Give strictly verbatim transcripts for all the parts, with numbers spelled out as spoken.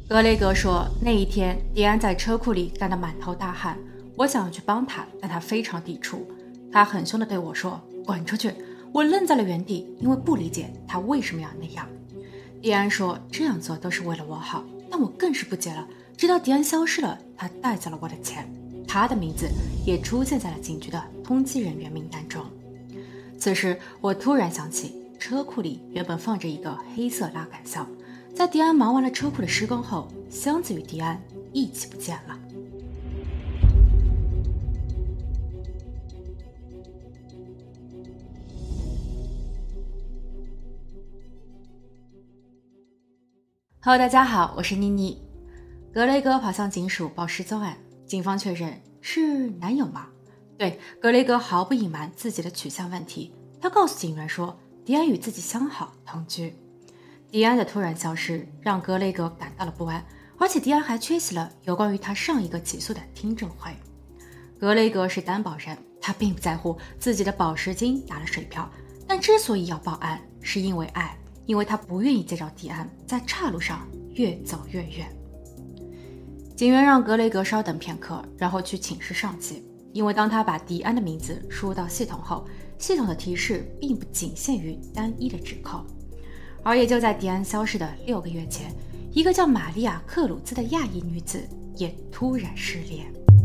格雷格说，那一天迪安在车库里干得满头大汗，我想要去帮他，但他非常抵触。他很凶地对我说，滚出去。我愣在了原地，因为不理解他为什么要那样。迪安说，这样做都是为了我好，但我更是不解了。直到迪安消失了，他带走了我的钱，他的名字也出现在了警局的通缉人员名单中。此时我突然想起，车库里原本放着一个黑色拉杆箱，在迪安忙完了车库的施工后，箱子与迪安一起不见了。Hello， 大家好，我是妮妮。格雷格跑向警署报失踪案，警方确认是男友吗？对，格雷格毫不隐瞒自己的取向问题，他告诉警员说，迪安与自己相好同居。迪安的突然消失让格雷格感到了不安，而且迪安还缺席了有关于他上一个起诉的听证会。格雷格是担保人，他并不在乎自己的保释金打了水漂，但之所以要报案，是因为爱，因为他不愿意再让迪安在岔路上越走越远。警员让格雷格稍等片刻，然后去请示上级，因为当他把迪安的名字输入到系统后，系统的提示并不仅限于单一的指控。而也就在迪安消失的六个月前，一个叫玛利亚·克鲁兹的亚裔女子也突然失联。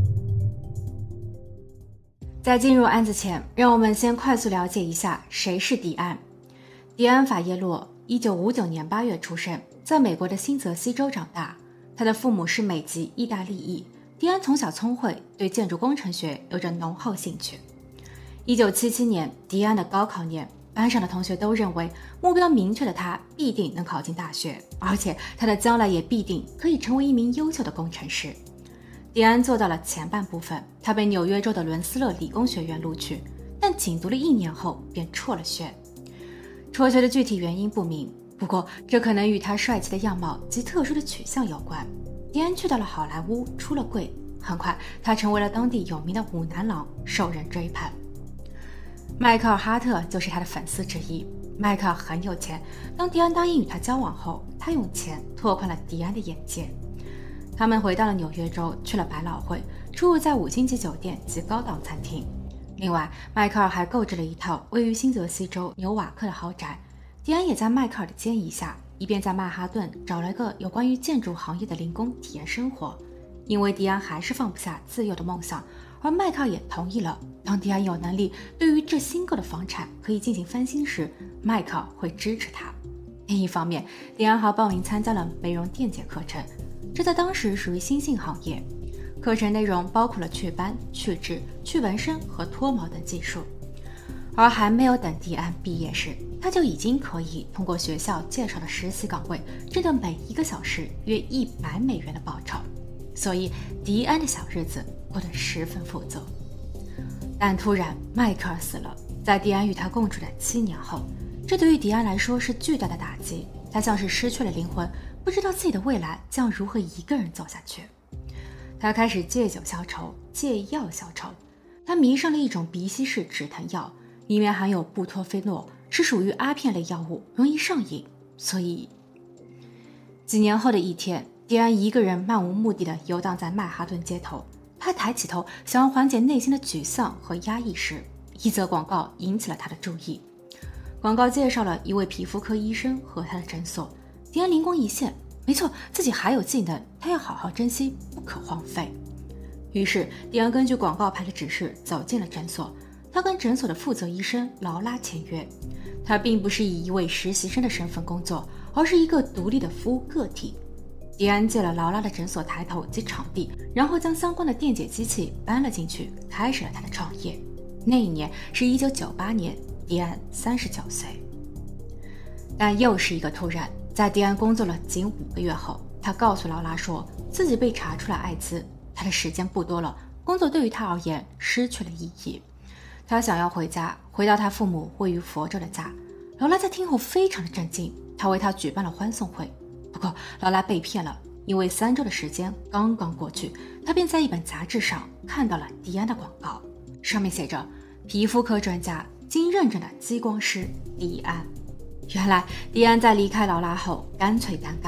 在进入案子前，让我们先快速了解一下谁是迪安。迪安·法耶洛一九五九年八月出生，在美国的新泽西州长大。他的父母是美籍意大利裔。迪安从小聪慧，对建筑工程学有着浓厚兴趣。一九七七年，迪安的高考年，班上的同学都认为目标明确的他必定能考进大学，而且他的将来也必定可以成为一名优秀的工程师。迪安做到了前半部分，他被纽约州的伦斯勒理工学院录取，但仅读了一年后便辍了学。辍学的具体原因不明，不过这可能与他帅气的样貌及特殊的取向有关。迪安去到了好莱坞，出了柜，很快他成为了当地有名的舞男郎，受人追捧。迈克尔·哈特就是他的粉丝之一。迈克尔很有钱，当迪安答应与他交往后，他用钱拓宽了迪安的眼界。他们回到了纽约州，去了百老汇，出入在五星级酒店及高档餐厅。另外，迈克尔还购置了一套位于新泽西州纽瓦克的豪宅。迪安也在迈克尔的建议下，一边在曼哈顿找了个有关于建筑行业的零工体验生活。因为迪安还是放不下自由的梦想，而迈克尔也同意了，当迪安有能力对于这新购的房产可以进行翻新时，迈克尔会支持他。另一方面，迪安还报名参加了美容电解课程，这在当时属于新兴行业。课程内容包括了祛斑、去痣、去纹身和脱毛等技术。而还没有等迪安毕业时，他就已经可以通过学校介绍的实习岗位挣得每一个小时约一百美元的报酬，所以迪安的小日子过得十分富足。但突然迈克尔死了，在迪安与他共处的七年后，这对于迪安来说是巨大的打击，他像是失去了灵魂，不知道自己的未来将如何一个人走下去。他开始戒酒消愁，戒药消愁。他迷上了一种鼻吸式止疼药，里面含有布托菲诺，是属于阿片类药物，容易上瘾。所以几年后的一天，迪安一个人漫无目的地游荡在曼哈顿街头。他抬起头想要缓解内心的沮丧和压抑时，一则广告引起了他的注意。广告介绍了一位皮肤科医生和他的诊所。迪安灵光一现，没错，自己还有技能，他要好好珍惜，不可荒废。于是迪安根据广告牌的指示走进了诊所。他跟诊所的负责医生劳拉签约。他并不是以一位实习生的身份工作，而是一个独立的服务个体。迪安借了劳拉的诊所抬头及场地，然后将相关的电解机器搬了进去，开始了他的创业。那一年是一九九八年，迪安三十九岁。但又是一个突然，在迪安工作了仅五个月后，他告诉劳拉说自己被查出了艾滋，他的时间不多了，工作对于他而言失去了意义。他想要回家，回到他父母位于佛州的家。劳拉在听后非常的震惊，他为他举办了欢送会。不过劳拉被骗了，因为三周的时间刚刚过去，他便在一本杂志上看到了迪安的广告，上面写着皮肤科专家，经认证的激光师迪安。原来迪安在离开劳拉后干脆单干，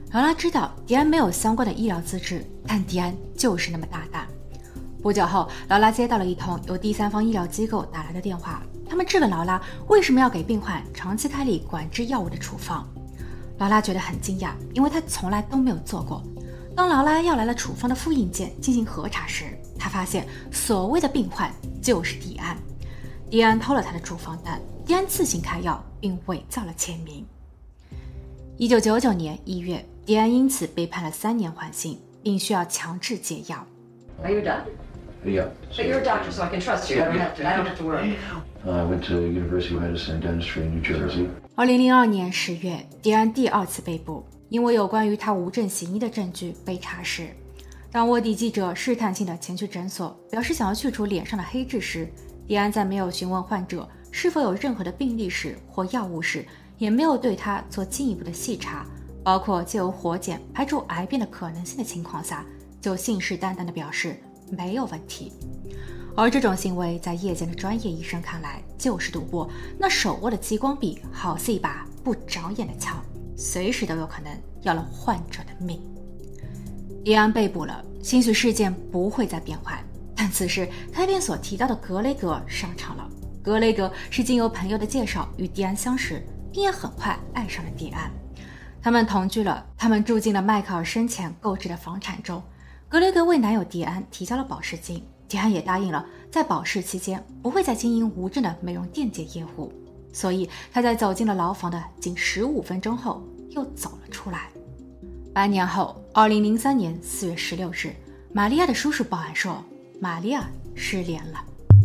劳拉知道迪安没有相关的医疗资质，但迪安就是那么大胆。不久后，劳拉接到了一通由第三方医疗机构打来的电话，他们质问劳拉为什么要给病患长期开立管制药物的处方。劳拉觉得很惊讶，因为她从来都没有做过。当劳拉要来了处方的复印件进行核查时，她发现所谓的病患就是迪安。迪安偷了他的处方单，迪安自行开药并伪造了签名。一九九九年一月，迪安因此被判了三年缓刑，并需要强制戒药。 Are you done? Yeah. But you're a doctor, so I can trust you. I don't have to, I don't have to worry. I went to University of Medicine and Dentistry in New Jersey. 二零零二年十月，迪安第二次被捕，因为有关于他无证行医的证据被查实。当卧底记者试探性地前去诊所，表示想要去除脸上的黑痣时，迪安在没有询问患者是否有任何的病历史或药物史，也没有对他做进一步的细查，包括借由活检排除癌变的可能性的情况下，就信誓旦旦地表示没有问题。而这种行为在业界的专业医生看来就是赌博，那手握的激光笔好似一把不长眼的枪，随时都有可能要了患者的命。迪安被捕了，兴许事件不会再变坏，但此时开篇所提到的格雷格上场了。格雷格是经由朋友的介绍与迪安相识，并也很快爱上了迪安。他们同居了，他们住进了迈克尔生前购置的房产中。格雷格为男友迪安提交了保释金，迪安也答应了在保释期间不会再经营无证的美容电解业务，所以他在走进了牢房的仅十五分钟后又走了出来。半年后，二零零三年四月十六日，玛利亚的叔叔报案说，玛利亚失联了。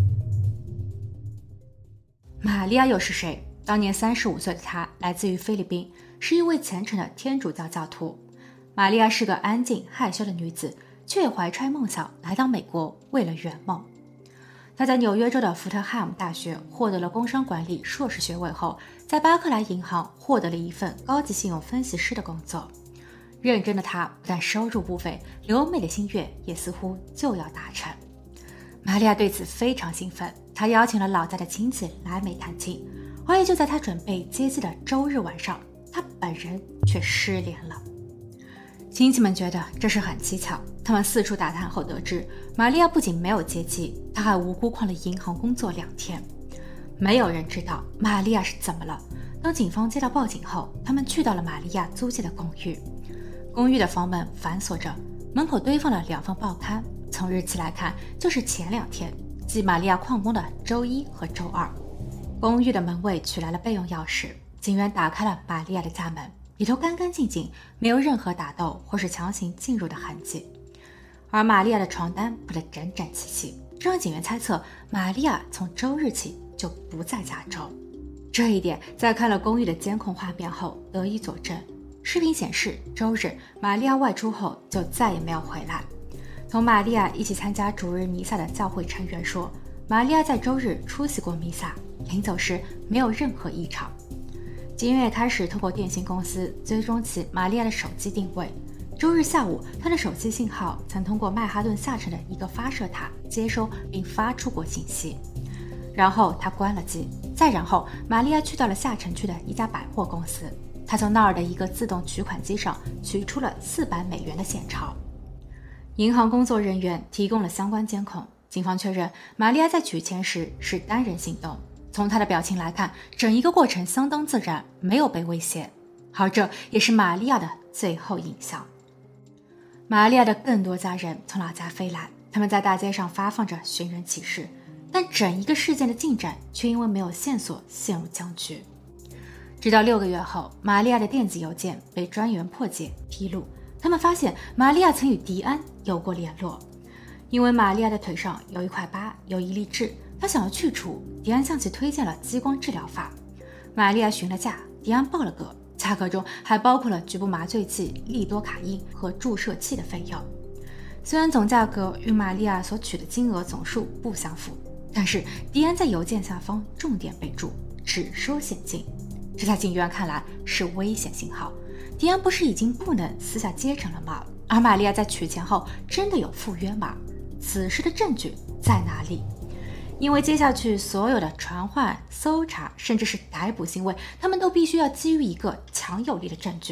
玛利亚又是谁？当年三十五岁的她来自于菲律宾，是一位虔诚的天主教教徒。玛利亚是个安静害羞的女子，却也怀揣梦想来到美国，为了圆梦。她在纽约州的福特汉姆大学获得了工商管理硕士学位后，在巴克莱银行获得了一份高级信用分析师的工作。认真的她不但收入不菲，留美的心愿也似乎就要达成。玛利亚对此非常兴奋，她邀请了老家的亲戚来美探亲，而也就在她准备接机的周日晚上，她本人却失联了。亲戚们觉得这事很蹊跷，他们四处打探后得知，玛利亚不仅没有接机，她还无辜旷了银行工作两天。没有人知道玛利亚是怎么了。当警方接到报警后，他们去到了玛利亚租借的公寓。公寓的房门反锁着，门口堆放了两份报刊，从日期来看，就是前两天，即玛利亚旷工的周一和周二。公寓的门卫取来了备用钥匙，警员打开了玛利亚的家门，里头干干净净，没有任何打斗或是强行进入的痕迹。而玛利亚的床单铺得整整齐齐，这让警员猜测玛利亚从周日起就不在加州。这一点在看了公寓的监控画面后得以佐证。视频显示，周日玛利亚外出后就再也没有回来。同玛利亚一起参加主日弥撒的教会成员说，玛利亚在周日出席过弥撒，临走时没有任何异常。警员也开始通过电信公司追踪起玛利亚的手机定位。周日下午，她的手机信号曾通过曼哈顿下城的一个发射塔接收并发出过信息。然后她关了机，再然后玛利亚去到了下城区的一家百货公司，她从那儿的一个自动取款机上取出了四百美元的现钞。银行工作人员提供了相关监控，警方确认玛利亚在取钱时是单人行动。从她的表情来看，整一个过程相当自然，没有被威胁。而这也是玛利亚的最后印象。玛利亚的更多家人从老家飞来，他们在大街上发放着寻人启事，但整一个事件的进展却因为没有线索陷入僵局。直到六个月后，玛利亚的电子邮件被专员破解披露，他们发现玛利亚曾与迪安有过联络。因为玛利亚的腿上有一块疤，有一粒痣，她想要去除，迪安向其推荐了激光治疗法。玛利亚询了价，迪安报了个，价格中还包括了局部麻醉剂利多卡因和注射器的费用。虽然总价格与玛利亚所取的金额总数不相符，但是迪安在邮件下方重点备注只收现金，这在警员看来是危险信号。迪安不是已经不能私下接诊了吗？而玛利亚在取钱后真的有赴约吗？此事的证据在哪里？因为接下去所有的传唤、搜查甚至是逮捕行为，他们都必须要基于一个强有力的证据。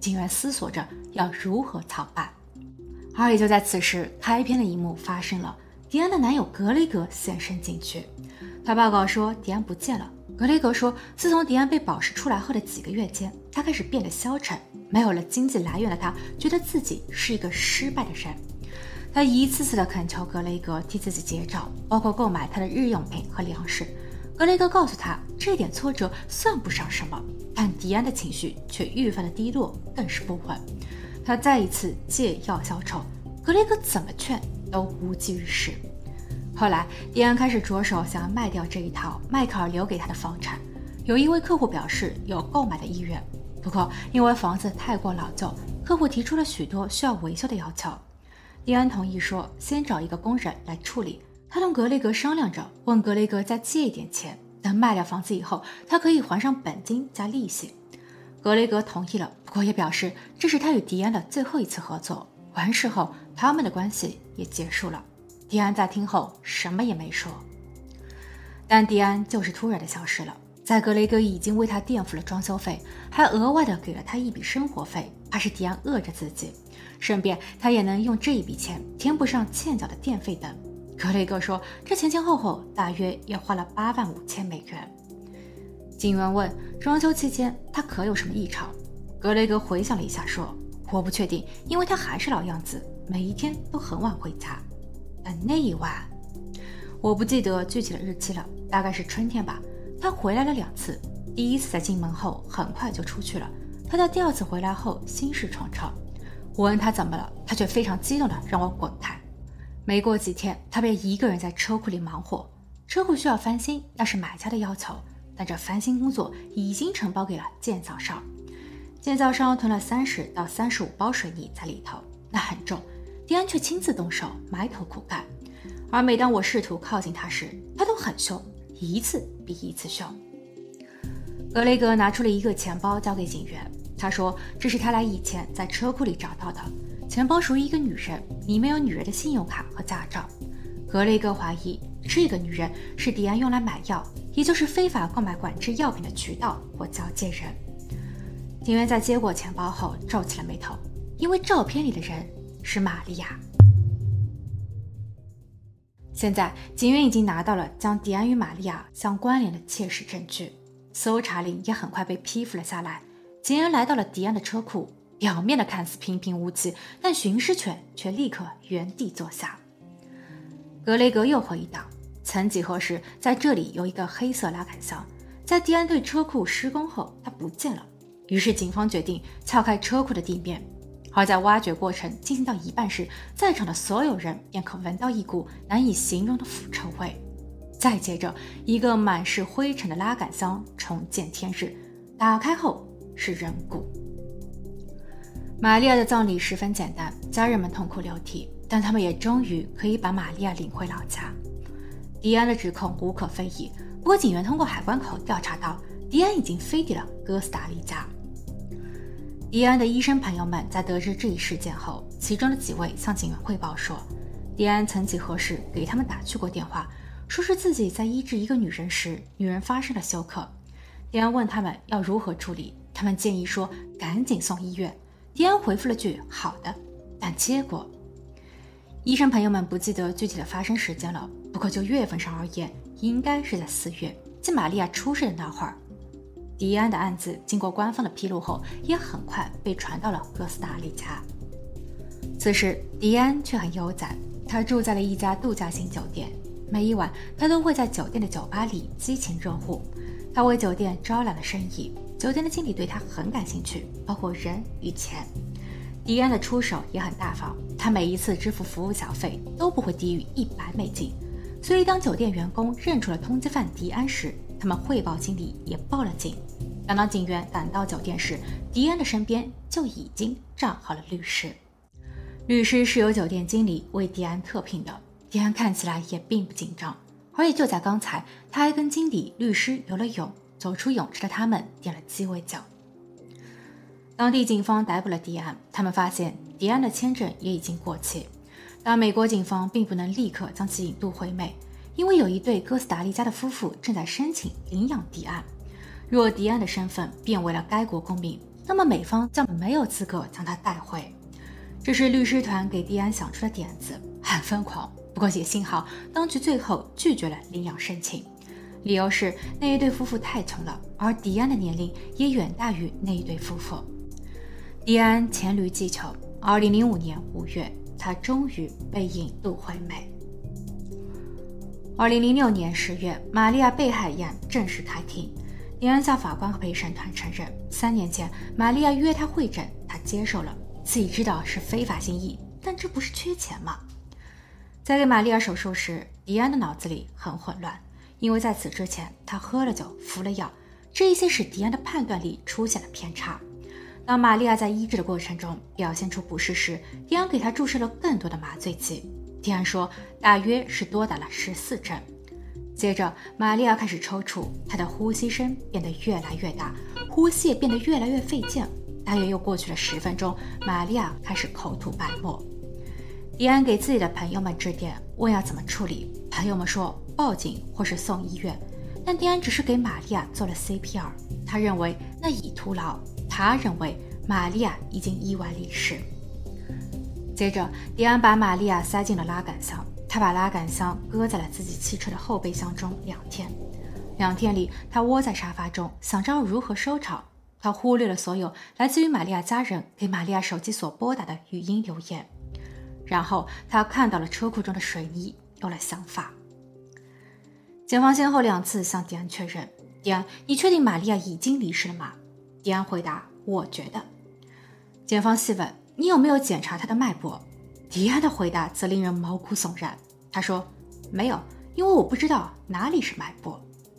警员思索着要如何操办。而也就在此时，开篇的一幕发生了，迪安的男友格雷格现身警局。他报告说迪安不见了。格雷格说，自从迪安被保释出来后的几个月间，他开始变得消沉，没有了经济来源的他觉得自己是一个失败的人。他一次次地恳求格雷格替自己结账，包括购买他的日用品和粮食。格雷格告诉他，这点挫折算不上什么，但迪安的情绪却愈发的低落，更是不稳。他再一次借药消愁，格雷格怎么劝都无济于事。后来，迪安开始着手想要卖掉这一套迈克尔留给他的房产。有一位客户表示有购买的意愿，不过因为房子太过老旧，客户提出了许多需要维修的要求。迪安同意说，先找一个工人来处理。他同格雷格商量着，问格雷格再借一点钱，等卖掉房子以后，他可以还上本金加利息。格雷格同意了，不过也表示这是他与迪安的最后一次合作。完事后，他们的关系也结束了。迪安在听后什么也没说，但迪安就是突然的消失了。在格雷格已经为他垫付了装修费，还额外的给了他一笔生活费，怕是迪安饿着自己，顺便他也能用这一笔钱填补上欠缴的电费等。格雷格说，这前前后后大约也花了八万五千美元。警员问，装修期间他可有什么异常？格雷格回想了一下说，我不确定，因为他还是老样子，每一天都很晚回家。但那一晚，我不记得具体的日期了，大概是春天吧。他回来了两次，第一次在进门后很快就出去了。他在第二次回来后心事重重。我问他怎么了，他却非常激动地让我滚开。没过几天，他便一个人在车库里忙活。车库需要翻新，那是买家的要求，但这翻新工作已经承包给了建造商。建造商囤了三十到三十五包水泥在里头，那很重。迪安却亲自动手，埋头苦干。而每当我试图靠近他时，他都很凶，一次比一次凶。格雷格拿出了一个钱包交给警员，他说这是他来以前在车库里找到的，钱包属于一个女人，里面有女人的信用卡和驾照。格雷格怀疑这个女人是迪安用来买药，也就是非法购买管制药品的渠道或交界人。警员在接过钱包后皱起了眉头，因为照片里的人是玛利亚。现在警员已经拿到了将迪安与玛利亚相关联的切实证据，搜查令也很快被批复了下来。警员来到了迪安的车库，表面的看似平平无奇，但巡视犬却立刻原地坐下。格雷格又回忆道，曾几何时在这里有一个黑色拉杆箱，在迪安对车库施工后它不见了，于是警方决定撬开车库的地面。而在挖掘过程进行到一半时，在场的所有人便可闻到一股难以形容的腐臭味。再接着，一个满是灰尘的拉杆箱重见天日，打开后是人骨。玛利亚的葬礼十分简单，家人们痛哭流涕，但他们也终于可以把玛利亚领回老家。迪安的指控无可非议，不过警员通过海关口调查到，迪安已经飞抵了哥斯达黎加。迪安的医生朋友们在得知这一事件后，其中的几位向警员汇报说，迪安曾几何时给他们打去过电话，说是自己在医治一个女人时，女人发生了休克。迪安问他们要如何处理，他们建议说赶紧送医院。迪安回复了句好的，但结果医生朋友们不记得具体的发生时间了，不过就月份上而言，应该是在四月，即玛利亚出事的那会儿。迪安的案子经过官方的披露后，也很快被传到了哥斯达黎加。此时迪安却很悠哉，他住在了一家度假型酒店，每一晚他都会在酒店的酒吧里激情热舞。他为酒店招揽了生意，酒店的经理对他很感兴趣，包括人与钱。迪安的出手也很大方，他每一次支付服务小费都不会低于一百美金。所以当酒店员工认出了通缉犯迪安时，他们汇报经理也报了警。等到警员赶到酒店时，迪安的身边就已经站好了律师。律师是由酒店经理为迪安特聘的，迪安看起来也并不紧张。而也就在刚才，他还跟经理、律师游了泳，走出泳池的他们点了鸡尾酒。当地警方逮捕了迪安，他们发现迪安的签证也已经过期，但美国警方并不能立刻将其引渡回美，因为有一对哥斯达黎加的夫妇正在申请领养迪安。若迪安的身份变为了该国公民， 那么美方将没有资格将他带回。这是律师团给迪安想出的点子，很疯狂，不过也幸好当局最后拒绝了领养申请，理由是那一对夫妇太穷了，而迪安的年龄也远大于那一对夫妇。迪安黔驴技穷，二零零五年五月，他终于被引渡回美。二零零六年十月，玛利亚被害案正式开庭。迪安向法官和陪审团承认，三年前玛利亚约他会诊，他接受了，自己知道是非法行医，但这不是缺钱吗？在给玛利亚手术时，迪安的脑子里很混乱，因为在此之前他喝了酒，服了药，这一些使迪安的判断力出现了偏差。当玛利亚在医治的过程中表现出不适时，迪安给他注射了更多的麻醉剂。迪安说，大约是多打了十四针。接着，玛利亚开始抽搐，她的呼吸声变得越来越大，呼吸也变得越来越费劲。大约又过去了十分钟，玛利亚开始口吐白沫。迪安给自己的朋友们致电，问要怎么处理。朋友们说报警或是送医院，但迪安只是给玛利亚做了 C P R。他认为那已徒劳，他认为玛利亚已经意外离世。接着，迪安把玛利亚塞进了拉杆箱，他把拉杆箱搁在了自己汽车的后备箱中两天。两天里，他窝在沙发中，想着要如何收场。他忽略了所有来自于玛利亚家人给玛利亚手机所拨打的语音留言。然后他看到了车库中的水泥，有了想法。检方先后两次向迪安确认，迪安，你确定玛利亚已经离世了吗？迪安回答，我觉得。检方细问，你有没有检查她的脉搏？迪安的回答则令人毛骨悚然，他说，没有，因为我不知道哪里是脉搏。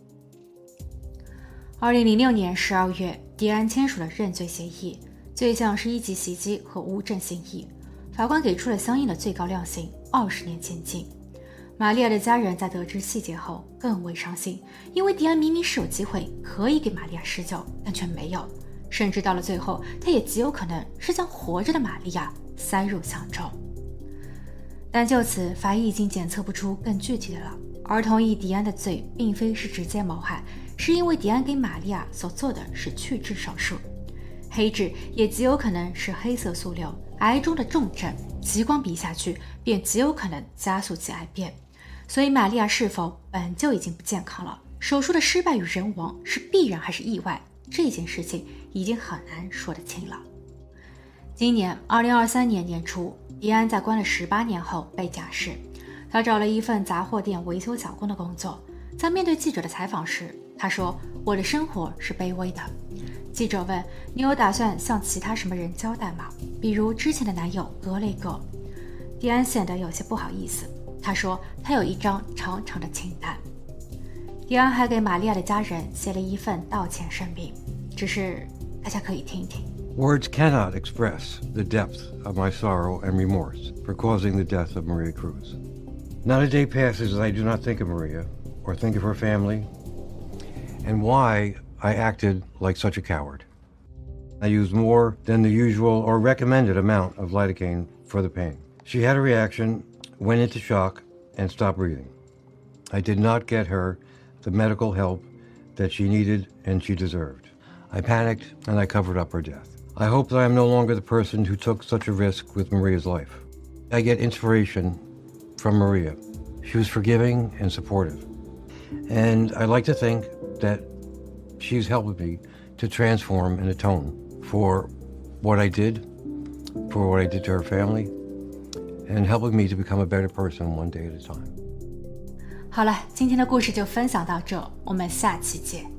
二零零六年十二月，迪安签署了认罪协议，罪项是一级袭击和无证行医，法官给出了相应的最高量刑，二十年监禁。玛利亚的家人在得知细节后更为伤心，因为迪安明明是有机会可以给玛利亚施救，但却没有，甚至到了最后，他也极有可能是将活着的玛利亚塞入箱中。但就此，法医已经检测不出更具体的了。而同意迪安的罪并非是直接谋害，是因为迪安给玛利亚所做的是去痣手术。黑痣也极有可能是黑色素瘤，癌中的重症，激光比下去便极有可能加速其癌变。所以玛利亚是否本就已经不健康了，手术的失败与人亡是必然还是意外，这件事情已经很难说得清了。今年二零二三年年初，迪安在关了十八年后被假释，他找了一份杂货店维修小工的工作。在面对记者的采访时，他说，我的生活是卑微的。记者问，你有打算向其他什么人交代吗？比如之前的男友格雷格。迪安显得有些不好意思，他说他有一张长长的清单。迪安还给玛利亚的家人写了一份道歉声明，只是大家可以听一听。 Words cannot express the depth of my sorrow and remorse for causing the death of Maria Cruz. Not a day passes that I do not think of Maria, or think of her family, and why I acted like such a coward. I used more than the usual or recommended amount of lidocaine for the pain. She had a reaction, went into shock, and stopped breathing. I did not get her the medical help that she needed and she deserved. I panicked and I covered up her death. I hope that I am no longer the person who took such a risk with Maria's life. I get inspiration from Maria. She was forgiving and supportive. And I like to think that she's helped me to transform and atone for what I did, for what I did to her family, and helping me to become a better person one day at a time. 好了，今天的故事就分享到这，我们下期见。